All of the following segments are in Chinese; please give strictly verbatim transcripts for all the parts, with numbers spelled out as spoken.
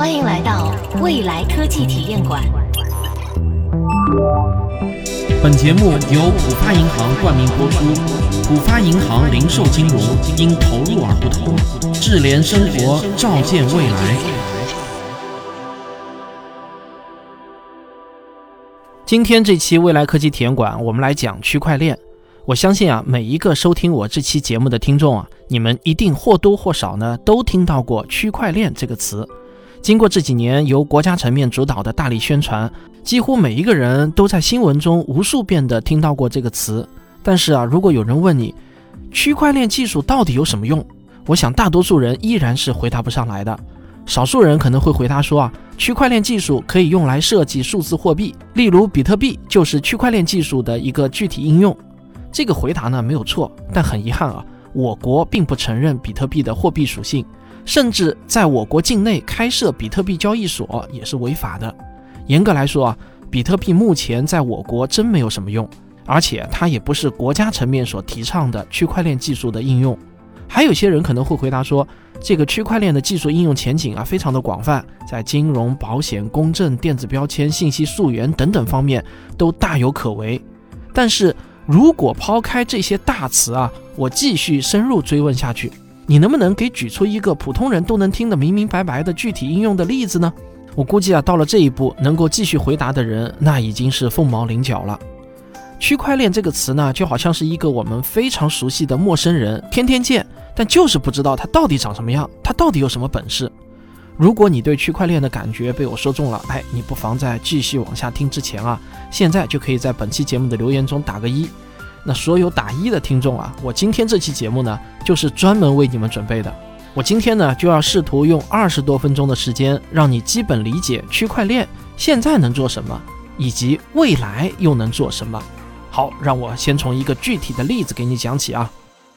欢迎来到未来科技体验馆。 本节目由浦发银行冠名播出，浦发银行零售金融因投入而不同，智联生活，照见未来。 今天这期未来科技体验馆，我们来讲区块链。我相信啊，每一个收听我这期节目的听众啊，你们一定或多或少呢都听到过区块链这个词。经过这几年由国家层面主导的大力宣传，几乎每一个人都在新闻中无数遍的听到过这个词。但是啊，如果有人问你区块链技术到底有什么用，我想大多数人依然是回答不上来的。少数人可能会回答说啊，区块链技术可以用来设计数字货币，例如比特币就是区块链技术的一个具体应用。这个回答呢没有错，但很遗憾啊，我国并不承认比特币的货币属性，甚至在我国境内开设比特币交易所也是违法的。严格来说啊，比特币目前在我国真没有什么用，而且它也不是国家层面所提倡的区块链技术的应用。还有些人可能会回答说，这个区块链的技术应用前景啊非常的广泛，在金融、保险、公证、电子标签、信息溯源等等方面都大有可为。但是如果抛开这些大词啊，我继续深入追问下去，你能不能给举出一个普通人都能听得明明白白的具体应用的例子呢？我估计啊，到了这一步能够继续回答的人，那已经是凤毛麟角了。区块链这个词呢，就好像是一个我们非常熟悉的陌生人，天天见，但就是不知道它到底长什么样，它到底有什么本事。如果你对区块链的感觉被我说中了，哎，你不妨在继续往下听之前啊，现在就可以在本期节目的留言中打个一。那所有打一的听众啊，我今天这期节目呢，就是专门为你们准备的。我今天呢，就要试图用二十多分钟的时间，让你基本理解区块链现在能做什么，以及未来又能做什么。好，让我先从一个具体的例子给你讲起啊。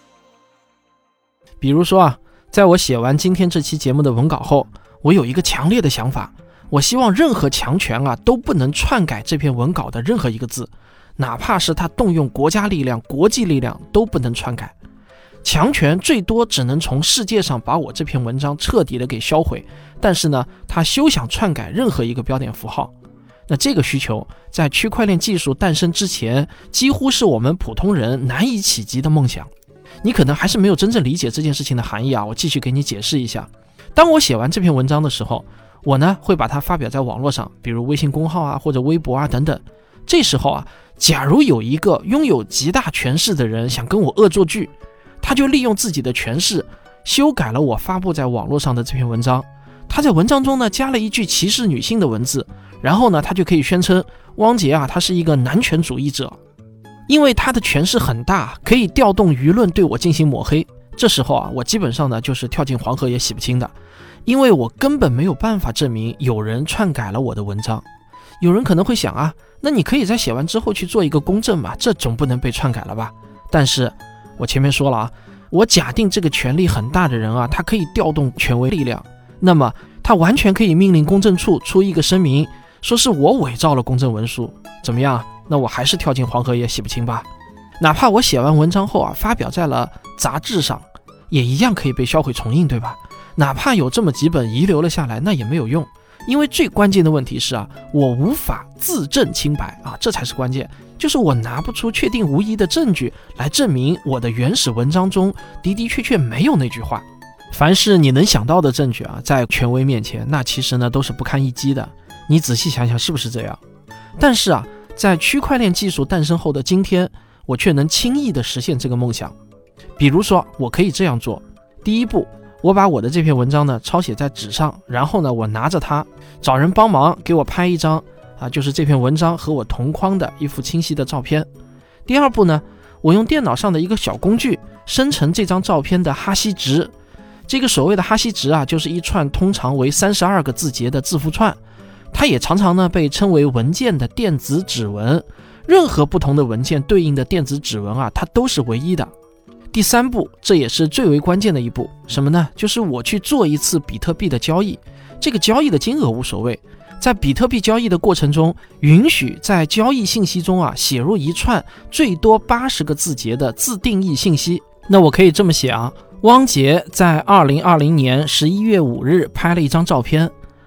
比如说啊，在我写完今天这期节目的文稿后，我有一个强烈的想法，我希望任何强权啊都不能篡改这篇文稿的任何一个字，哪怕是他动用国家力量、国际力量都不能篡改。强权最多只能从世界上把我这篇文章彻底的给销毁，但是呢，他休想篡改任何一个标点符号。那这个需求在区块链技术诞生之前，几乎是我们普通人难以企及的梦想。你可能还是没有真正理解这件事情的含义啊，我继续给你解释一下。当我写完这篇文章的时候，我呢会把它发表在网络上，比如微信公号啊，或者微博啊等等。这时候啊，假如有一个拥有极大权势的人想跟我恶作剧，他就利用自己的权势修改了我发布在网络上的这篇文章。他在文章中呢加了一句歧视女性的文字，然后呢他就可以宣称汪杰啊他是一个男权主义者。因为他的权势很大，可以调动舆论对我进行抹黑。这时候啊，我基本上呢就是跳进黄河也洗不清的，因为我根本没有办法证明有人篡改了我的文章。有人可能会想啊，那你可以在写完之后去做一个公证嘛，这总不能被篡改了吧？但是我前面说了啊，我假定这个权力很大的人啊，他可以调动权威力量，那么他完全可以命令公证处出一个声明，说是我伪造了公证文书，怎么样？那我还是跳进黄河也洗不清吧？哪怕我写完文章后啊，发表在了杂志上，也一样可以被销毁重印，对吧？哪怕有这么几本遗留了下来，那也没有用，因为最关键的问题是啊，我无法自证清白啊，这才是关键，就是我拿不出确定无疑的证据来证明我的原始文章中的的确确没有那句话。凡是你能想到的证据啊，在权威面前，那其实呢都是不堪一击的。你仔细想想是不是这样？但是啊，在区块链技术诞生后的今天，我却能轻易地实现这个梦想。比如说，我可以这样做：第一步，我把我的这篇文章呢抄写在纸上，然后呢，我拿着它找人帮忙给我拍一张啊，就是这篇文章和我同框的一幅清晰的照片。第二步呢，我用电脑上的一个小工具生成这张照片的哈希值。这个所谓的哈希值啊，就是一串通常为三十二个字节的字符串。它也常常呢被称为文件的电子指纹，任何不同的文件对应的电子指纹啊，它都是唯一的。第三步，这也是最为关键的一步，什么呢？就是我去做一次比特币的交易。这个交易的金额无所谓，在比特币交易的过程中，允许在交易信息中啊写入一串最多八十个字节的自定义信息。那我可以这么写啊，汪杰在二零二零年十一月五日拍了一张照片，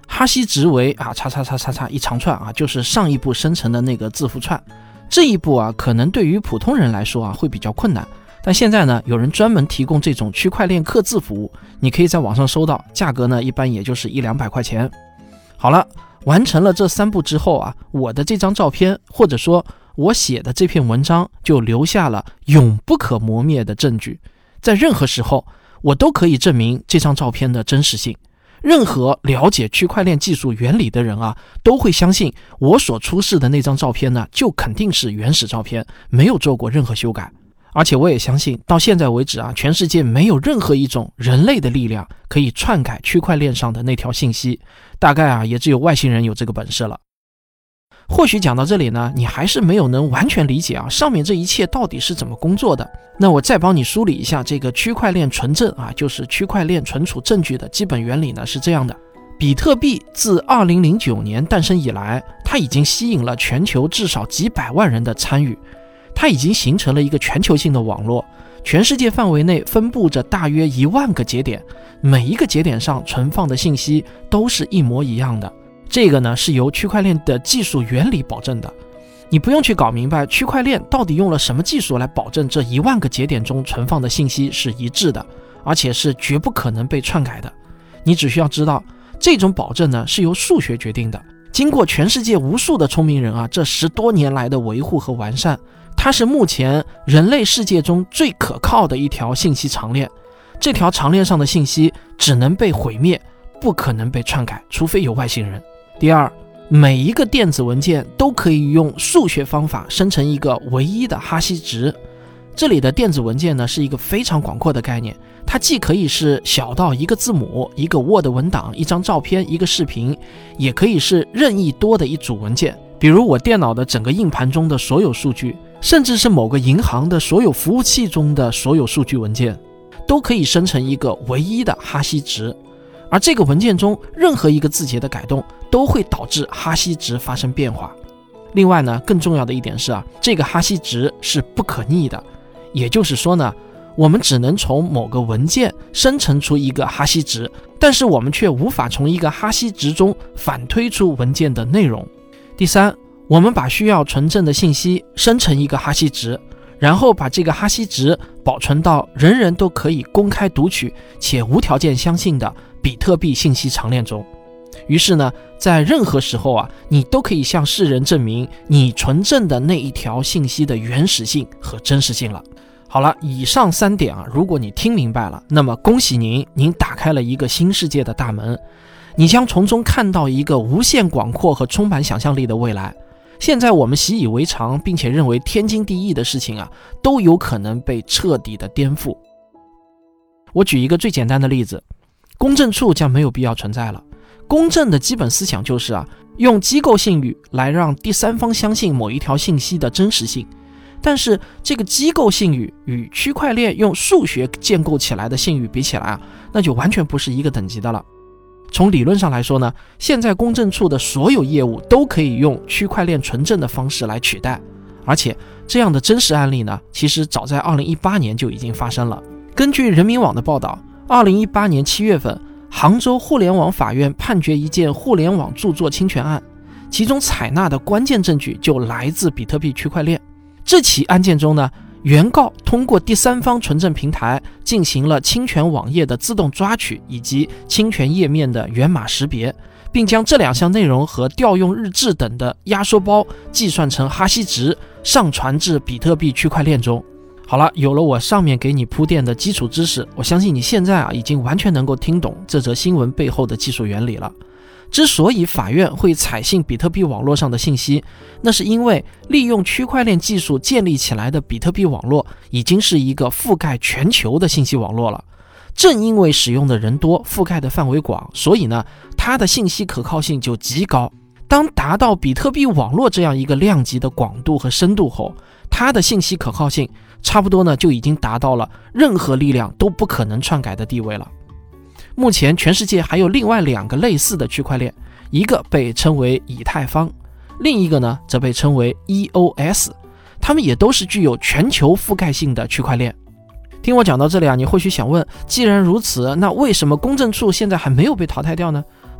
哈希值为啊叉叉叉叉叉一长串啊，就是上一步生成的那个字符串。这一步啊，可能对于普通人来说啊会比较困难，但现在呢，有人专门提供这种区块链刻字服务，你可以在网上搜到，价格呢一般也就是一两百块钱。好了，完成了这三步之后啊，我的这张照片或者说我写的这篇文章就留下了永不可磨灭的证据，在任何时候我都可以证明这张照片的真实性。任何了解区块链技术原理的人啊，都会相信我所出示的那张照片呢，就肯定是原始照片，没有做过任何修改。而且我也相信，到现在为止啊，全世界没有任何一种人类的力量可以篡改区块链上的那条信息，大概啊，也只有外星人有这个本事了。或许讲到这里呢，你还是没有能完全理解啊，上面这一切到底是怎么工作的。那我再帮你梳理一下这个区块链存证啊，就是区块链存储证据的基本原理呢，是这样的。比特币自二零零九年诞生以来，它已经吸引了全球至少几百万人的参与，它已经形成了一个全球性的网络，全世界范围内分布着大约一万个节点，每一个节点上存放的信息都是一模一样的。这个呢是由区块链的技术原理保证的，你不用去搞明白区块链到底用了什么技术来保证这一万个节点中存放的信息是一致的，而且是绝不可能被篡改的。你只需要知道，这种保证呢是由数学决定的。经过全世界无数的聪明人啊，这十多年来的维护和完善，它是目前人类世界中最可靠的一条信息长链。这条长链上的信息只能被毁灭，不可能被篡改，除非有外星人。第二，每一个电子文件都可以用数学方法生成一个唯一的哈希值。这里的电子文件呢是一个非常广阔的概念，它既可以是小到一个字母、一个 Word 文档、一张照片、一个视频，也可以是任意多的一组文件，比如我电脑的整个硬盘中的所有数据，甚至是某个银行的所有服务器中的所有数据文件，都可以生成一个唯一的哈希值。而这个文件中任何一个字节的改动都会导致哈希值发生变化。另外呢，更重要的一点是啊，这个哈希值是不可逆的，也就是说呢，我们只能从某个文件生成出一个哈希值，但是我们却无法从一个哈希值中反推出文件的内容。第三，我们把需要存证的信息生成一个哈希值，然后把这个哈希值保存到人人都可以公开读取且无条件相信的比特币信息长链中。于是呢，在任何时候啊，你都可以向世人证明你存证的那一条信息的原始性和真实性了。好了，以上三点啊，如果你听明白了，那么恭喜您，您打开了一个新世界的大门，你将从中看到一个无限广阔和充满想象力的未来。现在我们习以为常并且认为天经地义的事情啊，都有可能被彻底的颠覆。我举一个最简单的例子，公证处将没有必要存在了。公证的基本思想就是啊，用机构信誉来让第三方相信某一条信息的真实性。但是这个机构信誉与区块链用数学建构起来的信誉比起来啊，那就完全不是一个等级的了。从理论上来说呢，现在公证处的所有业务都可以用区块链存证的方式来取代，而且这样的真实案例呢，其实早在二零一八年就已经发生了。根据人民网的报道，二零一八年七月份，杭州互联网法院判决一件互联网著作侵权案，其中采纳的关键证据就来自比特币区块链。这起案件中呢，原告通过第三方存证平台进行了侵权网页的自动抓取以及侵权页面的源码识别，并将这两项内容和调用日志等的压缩包计算成哈希值，上传至比特币区块链中。好了，有了我上面给你铺垫的基础知识，我相信你现在啊已经完全能够听懂这则新闻背后的技术原理了。之所以法院会采信比特币网络上的信息，那是因为利用区块链技术建立起来的比特币网络已经是一个覆盖全球的信息网络了。正因为使用的人多，覆盖的范围广，所以呢，它的信息可靠性就极高。当达到比特币网络这样一个量级的广度和深度后，它的信息可靠性差不多呢就已经达到了任何力量都不可能篡改的地位了。目前全世界还有另外两个类似的区块链，一个被称为以太坊，另一个呢则被称为 E O S， 它们也都是具有全球覆盖性的区块链。听我讲到这里啊，你或许想问，既然如此，那为什么公证处现在还没有被淘汰掉呢？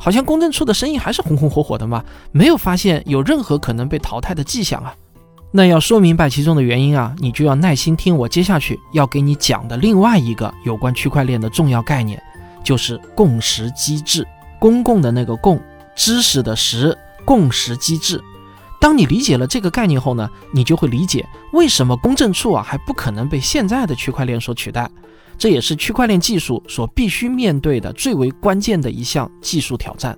好像公证处的生意还是红红火火的嘛，没有发现有任何可能被淘汰的迹象啊。那要说明白其中的原因啊，你就要耐心听我接下去要给你讲的另外一个有关区块链的重要概念，就是共识机制。公共的那个共，知识的识，共识机制。当你理解了这个概念后呢，你就会理解为什么公证处啊还不可能被现在的区块链所取代。这也是区块链技术所必须面对的最为关键的一项技术挑战。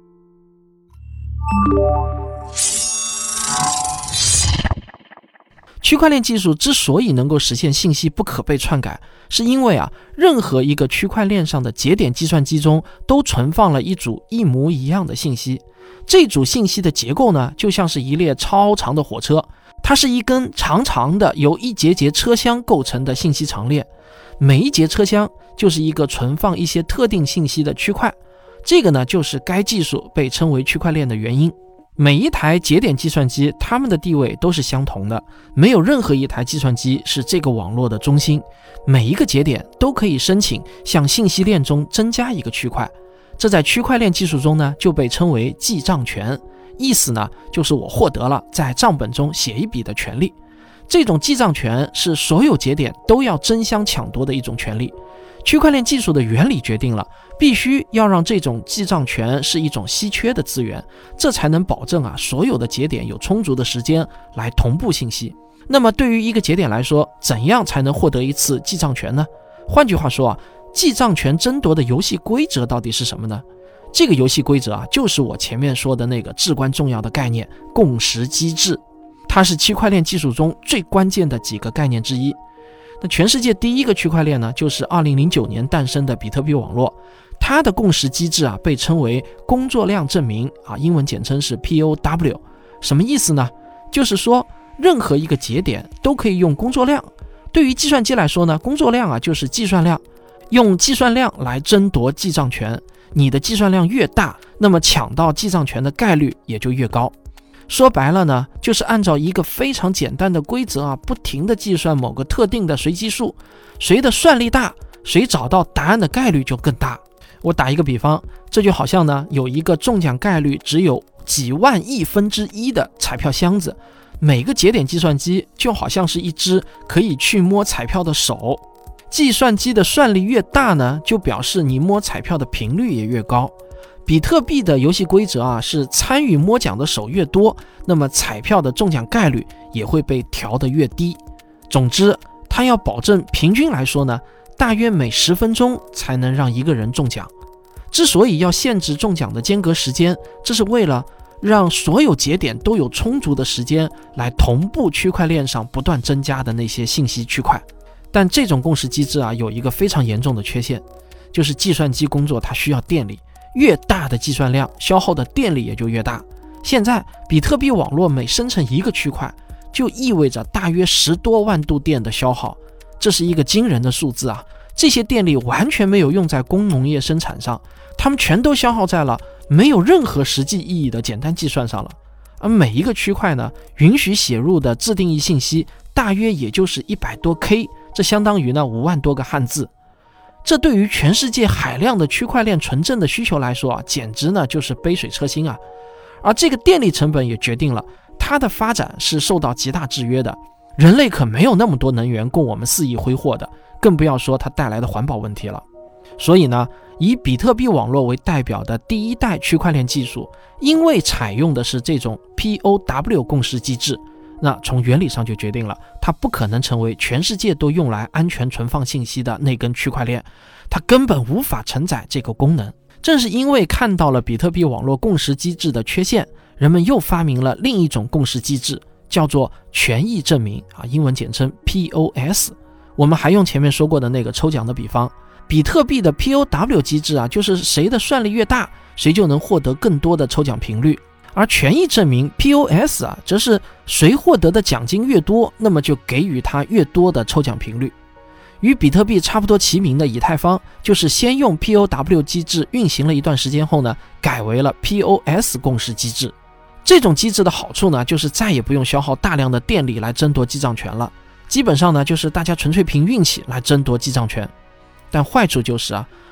区块链技术之所以能够实现信息不可被篡改，是因为啊，任何一个区块链上的节点计算机中都存放了一组一模一样的信息。这组信息的结构呢，就像是一列超长的火车，它是一根长长的由一节节车厢构成的信息长链，每一节车厢就是一个存放一些特定信息的区块。这个呢，就是该技术被称为区块链的原因。每一台节点计算机，它们的地位都是相同的，没有任何一台计算机是这个网络的中心。每一个节点都可以申请向信息链中增加一个区块，这在区块链技术中呢，就被称为记账权。意思呢，就是我获得了在账本中写一笔的权利。这种记账权是所有节点都要争相抢夺的一种权利。区块链技术的原理决定了，必须要让这种记账权是一种稀缺的资源，这才能保证啊所有的节点有充足的时间来同步信息。那么对于一个节点来说，怎样才能获得一次记账权呢？换句话说啊，记账权争夺的游戏规则到底是什么呢？这个游戏规则啊，就是我前面说的那个至关重要的概念——共识机制。它是区块链技术中最关键的几个概念之一。那全世界第一个区块链呢，就是二零零九年诞生的比特币网络。它的共识机制啊，被称为工作量证明啊，英文简称是 P O W。 什么意思呢？就是说任何一个节点都可以用工作量。对于计算机来说呢，工作量啊就是计算量，用计算量来争夺记账权。你的计算量越大，那么抢到记账权的概率也就越高。说白了呢，就是按照一个非常简单的规则啊，不停地计算某个特定的随机数，谁的算力大，谁找到答案的概率就更大。我打一个比方，这就好像呢，有一个中奖概率只有几万亿分之一的彩票箱子，每个节点计算机就好像是一只可以去摸彩票的手。计算机的算力越大呢，就表示你摸彩票的频率也越高。比特币的游戏规则啊，是参与摸奖的手越多，那么彩票的中奖概率也会被调得越低。总之，它要保证平均来说呢，大约每十分钟才能让一个人中奖。之所以要限制中奖的间隔时间，这是为了让所有节点都有充足的时间来同步区块链上不断增加的那些信息区块。但这种共识机制啊，有一个非常严重的缺陷，就是计算机工作它需要电力，越大的计算量消耗的电力也就越大。现在比特币网络每生成一个区块，就意味着大约十多万度电的消耗，这是一个惊人的数字啊！这些电力完全没有用在工农业生产上，它们全都消耗在了没有任何实际意义的简单计算上了。而每一个区块呢，允许写入的自定义信息大约也就是一百多 K， 这相当于呢五万多个汉字。这对于全世界海量的区块链纯正的需求来说啊，简直呢就是杯水车薪啊。而这个电力成本也决定了它的发展是受到极大制约的。人类可没有那么多能源供我们肆意挥霍的，更不要说它带来的环保问题了。所以呢，以比特币网络为代表的第一代区块链技术，因为采用的是这种 P O W 共识机制，那从原理上就决定了它不可能成为全世界都用来安全存放信息的那根区块链，它根本无法承载这个功能。正是因为看到了比特币网络共识机制的缺陷，人们又发明了另一种共识机制，叫做权益证明啊，英文简称 P O S。 我们还用前面说过的那个抽奖的比方，比特币的 P O W 机制啊，就是谁的算力越大，谁就能获得更多的抽奖频率。而权益证明 P O S 啊，则是谁获得的奖金越多，那么就给予他越多的抽奖频率。与比特币差不多齐名的以太坊，就是先用 P O W 机制运行了一段时间后呢，改为了 P O S 共识机制。这种机制的好处呢，就是再也不用消耗大量的电力来争夺记账权了，基本上呢，就是大家纯粹凭运气来争夺记账权。但坏处就是啊，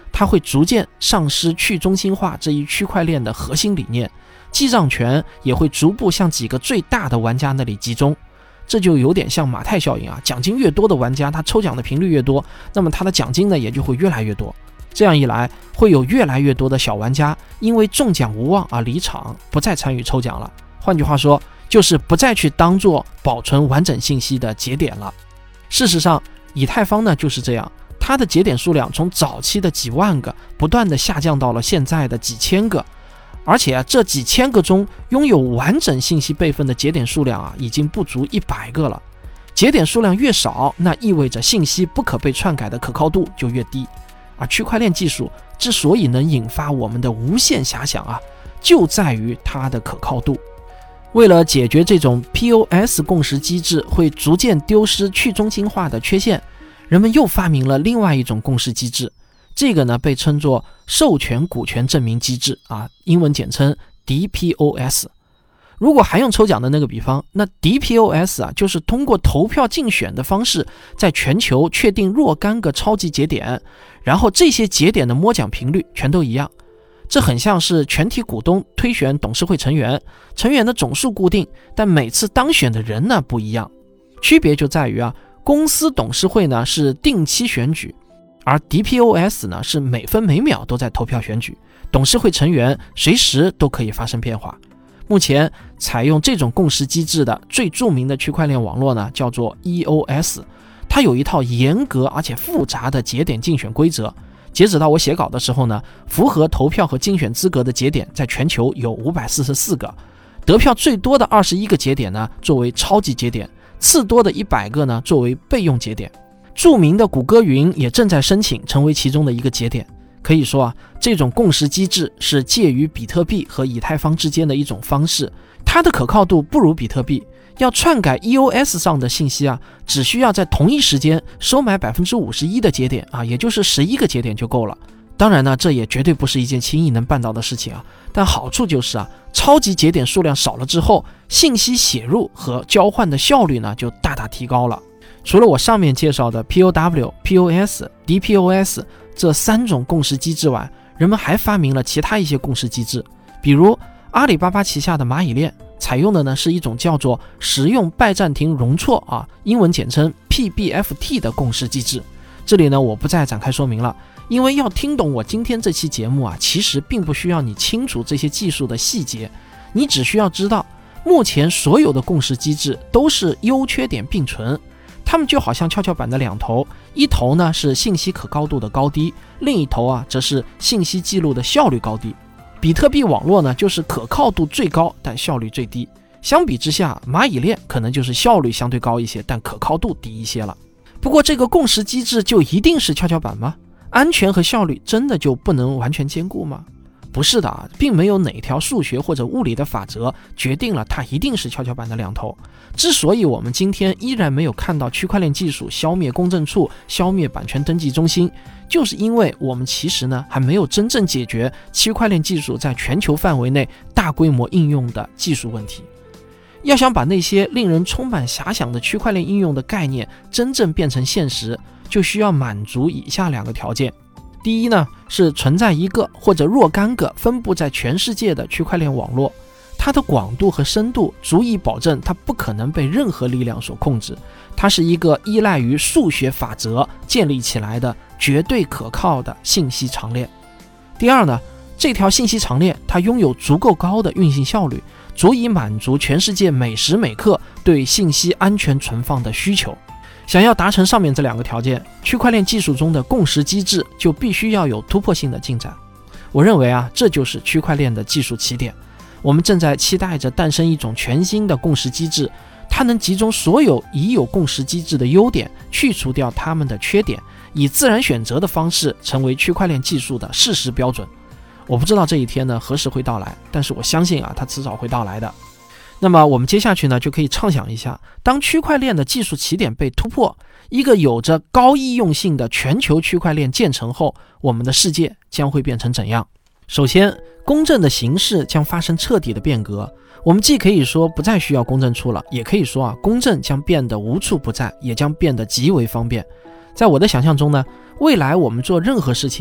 它会逐渐丧失去中心化这一区块链的核心理念，记账权也会逐步向几个最大的玩家那里集中。这就有点像马太效应啊，奖金越多的玩家，他抽奖的频率越多，那么他的奖金呢也就会越来越多。这样一来，会有越来越多的小玩家因为中奖无望而离场，不再参与抽奖了。换句话说，就是不再去当做保存完整信息的节点了。事实上，以太坊呢就是这样，它的节点数量从早期的几万个不断的下降到了现在的几千个，而且啊，这几千个中拥有完整信息备份的节点数量啊，已经不足一百个了。节点数量越少，那意味着信息不可被篡改的可靠度就越低。而区块链技术之所以能引发我们的无限遐想啊，就在于它的可靠度。为了解决这种 P O S 共识机制会逐渐丢失去中心化的缺陷，人们又发明了另外一种共识机制，这个呢被称作授权股权证明机制啊，英文简称 D P O S。 如果还用抽奖的那个比方，那 D P O S 啊就是通过投票竞选的方式，在全球确定若干个超级节点，然后这些节点的摸奖频率全都一样。这很像是全体股东推选董事会成员，成员的总数固定，但每次当选的人呢不一样。区别就在于啊，公司董事会呢是定期选举，而 D P O S 呢是每分每秒都在投票选举，董事会成员随时都可以发生变化。目前采用这种共识机制的最著名的区块链网络呢叫做 E O S， 它有一套严格而且复杂的节点竞选规则。截止到我写稿的时候呢，符合投票和竞选资格的节点在全球有五百四十四个，得票最多的二十一个节点呢作为超级节点，次多的一百个呢作为备用节点。著名的谷歌云也正在申请成为其中的一个节点。可以说啊，这种共识机制是介于比特币和以太坊之间的一种方式，它的可靠度不如比特币。要篡改 E O S 上的信息啊，只需要在同一时间收买 百分之五十一 的节点啊，也就是十一个节点就够了。当然呢，这也绝对不是一件轻易能办到的事情啊。但好处就是啊，超级节点数量少了之后，信息写入和交换的效率呢就大大提高了。除了我上面介绍的 P O W、P O S、D P O S 这三种共识机制外，人们还发明了其他一些共识机制，比如阿里巴巴旗下的蚂蚁链采用的呢是一种叫做实用拜占庭容错啊，英文简称 P B F T 的共识机制。这里呢我不再展开说明了，因为要听懂我今天这期节目啊，其实并不需要你清楚这些技术的细节，你只需要知道目前所有的共识机制都是优缺点并存，它们就好像跷跷板的两头，一头呢是信息可靠度的高低，另一头啊则是信息记录的效率高低。比特币网络呢就是可靠度最高但效率最低，相比之下蚂蚁链可能就是效率相对高一些但可靠度低一些了。不过这个共识机制就一定是跷跷板吗？安全和效率真的就不能完全兼顾吗？不是的啊，并没有哪条数学或者物理的法则决定了它一定是跷跷板的两头。之所以我们今天依然没有看到区块链技术消灭公证处、消灭版权登记中心，就是因为我们其实呢还没有真正解决区块链技术在全球范围内大规模应用的技术问题。要想把那些令人充满遐想的区块链应用的概念真正变成现实，就需要满足以下两个条件。第一呢，是存在一个或者若干个分布在全世界的区块链网络，它的广度和深度足以保证它不可能被任何力量所控制，它是一个依赖于数学法则建立起来的绝对可靠的信息长链。第二呢，这条信息长链它拥有足够高的运行效率，足以满足全世界每时每刻对信息安全存放的需求。想要达成上面这两个条件，区块链技术中的共识机制就必须要有突破性的进展。我认为啊，这就是区块链的技术起点。我们正在期待着诞生一种全新的共识机制，它能集中所有已有共识机制的优点，去除掉它们的缺点，以自然选择的方式成为区块链技术的事实标准。我不知道这一天呢何时会到来，但是我相信啊，它迟早会到来的。那么我们接下去呢就可以畅想一下，当区块链的技术起点被突破，一个有着高易用性的全球区块链建成后，我们的世界将会变成怎样？首先，公证的形式将发生彻底的变革。我们既可以说不再需要公证处了，也可以说啊，公证将变得无处不在，也将变得极为方便。在我的想象中呢，未来我们做任何事情，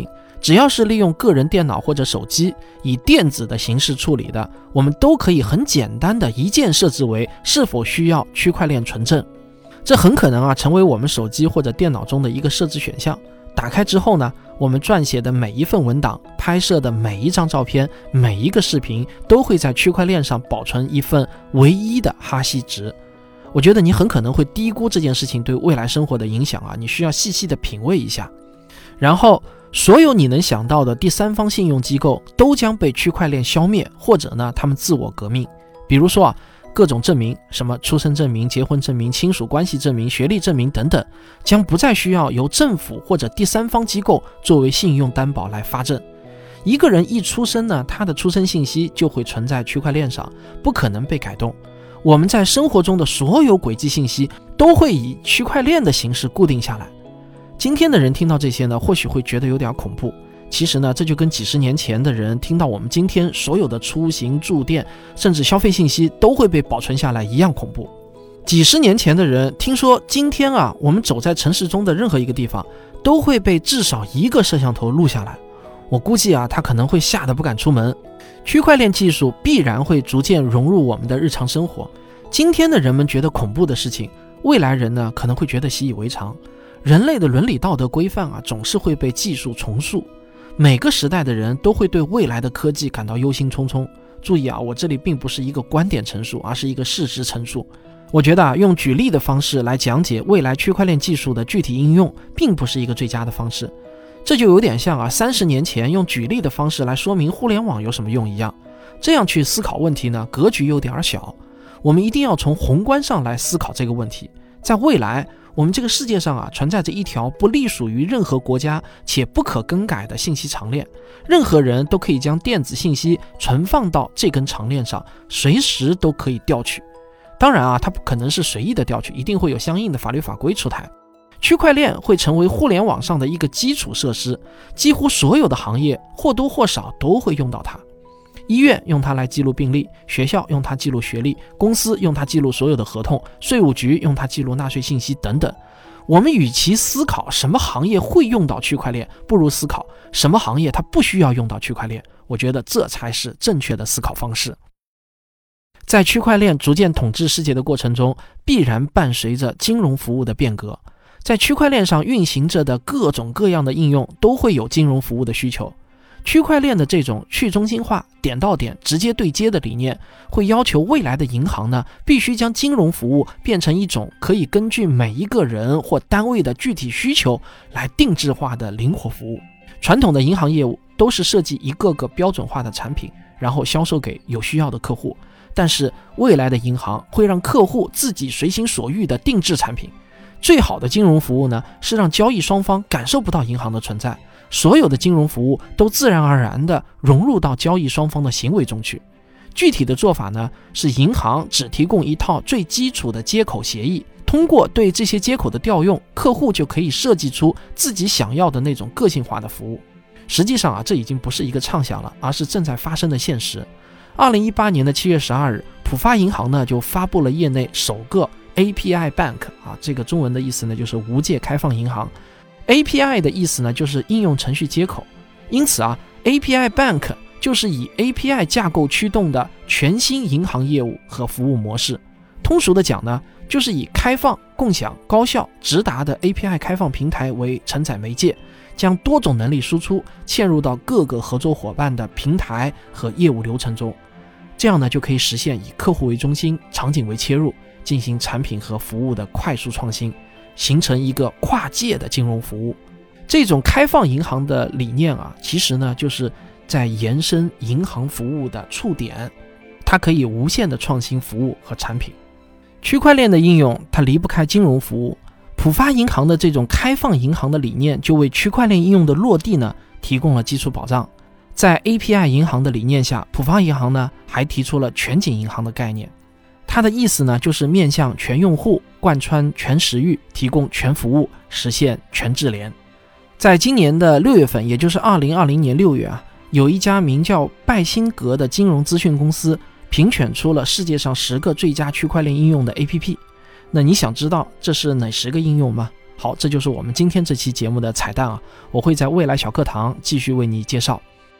只要是利用个人电脑或者手机以电子的形式处理的，我们都可以很简单的一键设置为是否需要区块链存证。这很可能啊成为我们手机或者电脑中的一个设置选项。打开之后呢，我们撰写的每一份文档、拍摄的每一张照片、每一个视频都会在区块链上保存一份唯一的哈希值。我觉得你很可能会低估这件事情对未来生活的影响啊，你需要细细的品味一下。然后所有你能想到的第三方信用机构都将被区块链消灭，或者呢他们自我革命。比如说啊各种证明，什么出生证明、结婚证明、亲属关系证明、学历证明等等，将不再需要由政府或者第三方机构作为信用担保来发证。一个人一出生呢，他的出生信息就会存在区块链上，不可能被改动。我们在生活中的所有轨迹信息都会以区块链的形式固定下来。今天的人听到这些呢，或许会觉得有点恐怖。其实呢，这就跟几十年前的人听到我们今天所有的出行、住店甚至消费信息都会被保存下来一样恐怖。几十年前的人听说今天啊，我们走在城市中的任何一个地方都会被至少一个摄像头录下来，我估计啊，他可能会吓得不敢出门。区块链技术必然会逐渐融入我们的日常生活。今天的人们觉得恐怖的事情，未来人呢可能会觉得习以为常。人类的伦理道德规范啊，总是会被技术重塑。每个时代的人都会对未来的科技感到忧心忡忡。注意啊，我这里并不是一个观点陈述，而是一个事实陈述。我觉得啊，用举例的方式来讲解未来区块链技术的具体应用，并不是一个最佳的方式。这就有点像啊，三十年前用举例的方式来说明互联网有什么用一样。这样去思考问题呢，格局有点小。我们一定要从宏观上来思考这个问题。在未来，我们这个世界上啊，存在着一条不隶属于任何国家且不可更改的信息长链，任何人都可以将电子信息存放到这根长链上，随时都可以调取。当然啊，它不可能是随意的调取，一定会有相应的法律法规出台。区块链会成为互联网上的一个基础设施，几乎所有的行业或多或少都会用到它。医院用它来记录病历，学校用它记录学历，公司用它记录所有的合同，税务局用它记录纳税信息等等。我们与其思考什么行业会用到区块链，不如思考什么行业它不需要用到区块链。我觉得这才是正确的思考方式。在区块链逐渐统治世界的过程中，必然伴随着金融服务的变革。在区块链上运行着的各种各样的应用都会有金融服务的需求。区块链的这种去中心化、点到点、直接对接的理念，会要求未来的银行呢，必须将金融服务变成一种可以根据每一个人或单位的具体需求来定制化的灵活服务。传统的银行业务都是设计一个个标准化的产品，然后销售给有需要的客户。但是未来的银行会让客户自己随心所欲的定制产品。最好的金融服务呢，是让交易双方感受不到银行的存在，所有的金融服务都自然而然地融入到交易双方的行为中去。具体的做法呢，是银行只提供一套最基础的接口协议，通过对这些接口的调用，客户就可以设计出自己想要的那种个性化的服务。实际上啊，这已经不是一个畅想了，而是正在发生的现实。二零一八年的七月十二日，浦发银行呢就发布了业内首个 A P I Bank 啊，这个中文的意思呢就是无界开放银行。A P I 的意思呢就是应用程序接口，因此啊 A P I Bank 就是以 A P I 架构驱动的全新银行业务和服务模式。通俗的讲呢，就是以开放、共享、高效、直达的 A P I 开放平台为承载媒介，将多种能力输出嵌入到各个合作伙伴的平台和业务流程中。这样呢，就可以实现以客户为中心、场景为切入，进行产品和服务的快速创新，形成一个跨界的金融服务。这种开放银行的理念啊，其实呢就是在延伸银行服务的触点，它可以无限的创新服务和产品。区块链的应用它离不开金融服务，浦发银行的这种开放银行的理念就为区块链应用的落地呢提供了基础保障。在 A P I 银行的理念下，浦发银行呢还提出了全景银行的概念。它的意思呢就是面向全用户，贯穿全时域，提供全服务，实现全智联。在今年的六月份，也就是二零二零年六月啊，有一家名叫拜辛格的金融资讯公司评选出了世界上十个最佳区块链应用的 A P P。 那你想知道这是哪十个应用吗？ 好，这就是我们今天这期节目的彩蛋啊，我会在未来小课堂继续为你介绍。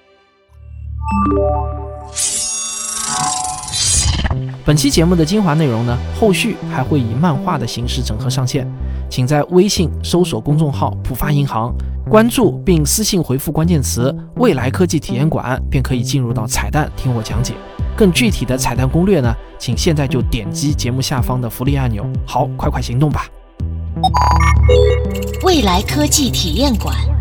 本期节目的精华内容呢，后续还会以漫画的形式整合上线，请在微信搜索公众号浦发银行，关注并私信回复关键词未来科技体验馆，便可以进入到彩蛋听我讲解。更具体的彩蛋攻略呢，请现在就点击节目下方的福利按钮。好，快快行动吧。 未来科技体验馆。